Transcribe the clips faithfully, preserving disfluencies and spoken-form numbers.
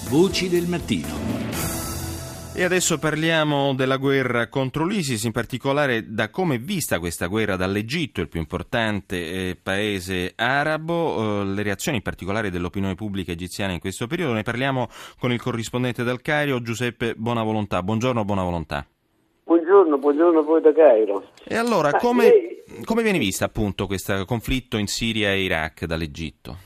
Voci del mattino. E adesso parliamo della guerra contro l'ISIS, in particolare da come è vista questa guerra dall'Egitto, il più importante eh, paese arabo, eh, le reazioni in particolare dell'opinione pubblica egiziana in questo periodo. Ne parliamo con il corrispondente dal Cairo, Giuseppe Bonavolontà. Buongiorno Bonavolontà. Buongiorno, buongiorno a voi da Cairo. E allora, Ma come, lei... come viene vista appunto questo conflitto in Siria e Iraq dall'Egitto?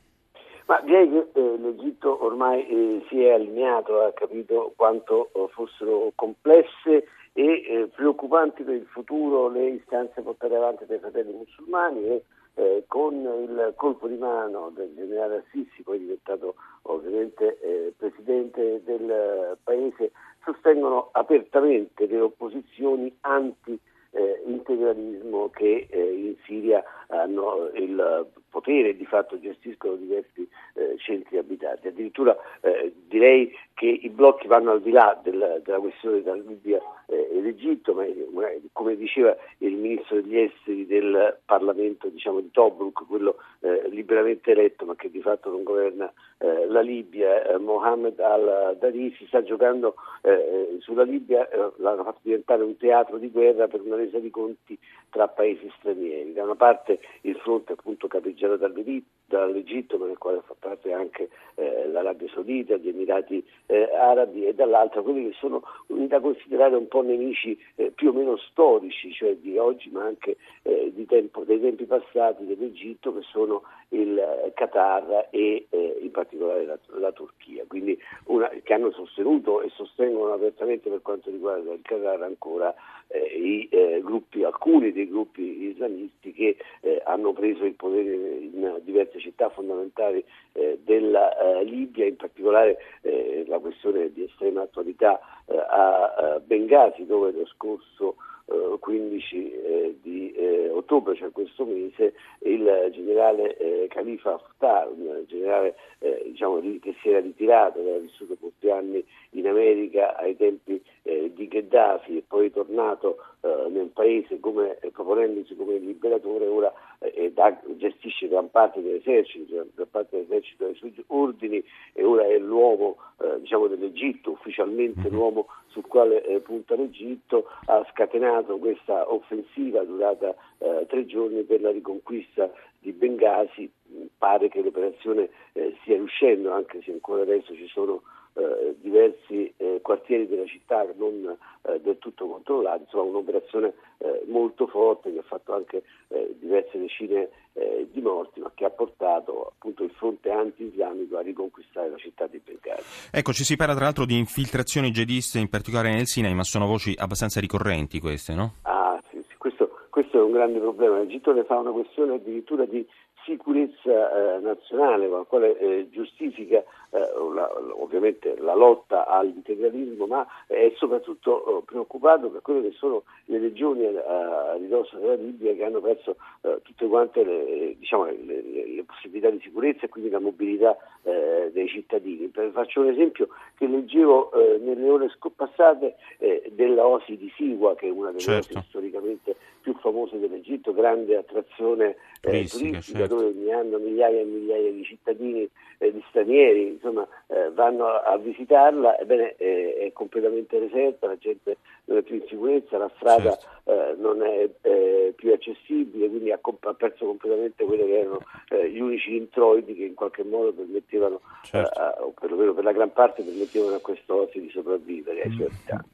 Ma direi che eh, l'Egitto ormai eh, si è allineato, ha capito quanto eh, fossero complesse e eh, preoccupanti per il futuro le istanze portate avanti dai fratelli musulmani e eh, con il colpo di mano del generale Assisi, poi diventato ovviamente eh, presidente del eh, paese, sostengono apertamente le opposizioni anti Eh, integralismo che eh, in Siria hanno il potere e di fatto gestiscono diversi eh, centri abitati. Addirittura eh, direi che i blocchi vanno al di là del, della questione tra Libia eh, e l'Egitto, ma eh, come diceva il ministro degli esteri del Parlamento, diciamo, di Tobruk, quello eh, liberamente eletto ma che di fatto non governa eh, la Libia, eh, Mohammed al-Darisi, sta giocando eh, sulla Libia, eh, l'hanno fatto diventare un teatro di guerra per una resa di conti tra paesi stranieri. Da una parte il fronte appunto capeggiato dall'Egitto, ma nel quale fa parte anche eh, l'Arabia Saudita, gli Emirati eh, Arabi, e dall'altra quelli che sono da considerare un po' nemici eh, più o meno storici, cioè di oggi ma anche eh, di tempo, dei tempi passati dell'Egitto, che sono il eh, Qatar e eh, in particolare la, la Turchia, quindi una, che hanno sostenuto e sostengono apertamente, per quanto riguarda il Qatar, ancora eh, i eh, gruppi, alcuni dei gruppi islamisti che eh, hanno preso il potere in diverse città fondamentali eh, della eh, Libia, in particolare eh, la questione di estrema attualità eh, a, a Bengasi, dove lo scorso eh, quindici eh, di eh, ottobre, cioè questo mese, il generale eh, Khalifa Haftar, un generale eh, diciamo, che si era ritirato, aveva vissuto molti anni in America ai tempi eh, di Gheddafi e poi tornato eh, nel paese come, eh, proponendosi come liberatore, ora eh, da, gestisce gran parte dell'esercito, gran parte dell'esercito dai suoi ordini, e ora è l'uomo eh, diciamo dell'Egitto, ufficialmente l'uomo sul quale eh, punta l'Egitto. Ha scatenato questa offensiva durata eh, tre giorni per la riconquista di Bengasi. Pare che l'operazione eh, stia riuscendo, anche se ancora adesso ci sono eh, diversi eh, quartieri della città non eh, del tutto controllati. Insomma, un'operazione eh, molto forte che ha fatto anche eh, diverse decine eh, di morti, ma che ha portato appunto il fronte anti-islamico a riconquistare la città di Bengasi. Ecco, ci si parla tra l'altro di infiltrazioni jihadiste, in particolare nel Sinai, ma sono voci abbastanza ricorrenti queste, no? Ah, sì, sì. Questo, questo è un grande problema. L'Egitto ne fa una questione addirittura di sicurezza eh, nazionale, con la quale eh, giustifica eh, la, ovviamente la lotta all'integralismo, ma è soprattutto eh, preoccupato per quelle che sono le regioni a, a ridosso della Libia, che hanno perso eh, tutte quante le, diciamo, le, le, le possibilità di sicurezza e quindi la mobilità eh, dei cittadini. Per, faccio un esempio che leggevo eh, nelle ore passate eh, della Osi di Siwa, che è una delle certo. osi storicamente più famose dell'Egitto, grande attrazione turistica, eh, turistica, certo. dove ogni anno migliaia e migliaia di cittadini, eh, di stranieri, insomma, eh, vanno a visitarla. Ebbene, eh, è completamente deserta, la gente non è più in sicurezza, la strada certo. eh, non è eh, più accessibile, quindi ha, comp- ha perso completamente quelli che erano eh, gli unici introiti che in qualche modo permettevano, certo. eh, a, o perlomeno per la gran parte permettevano a quest'osi di sopravvivere ai suoi abitanti.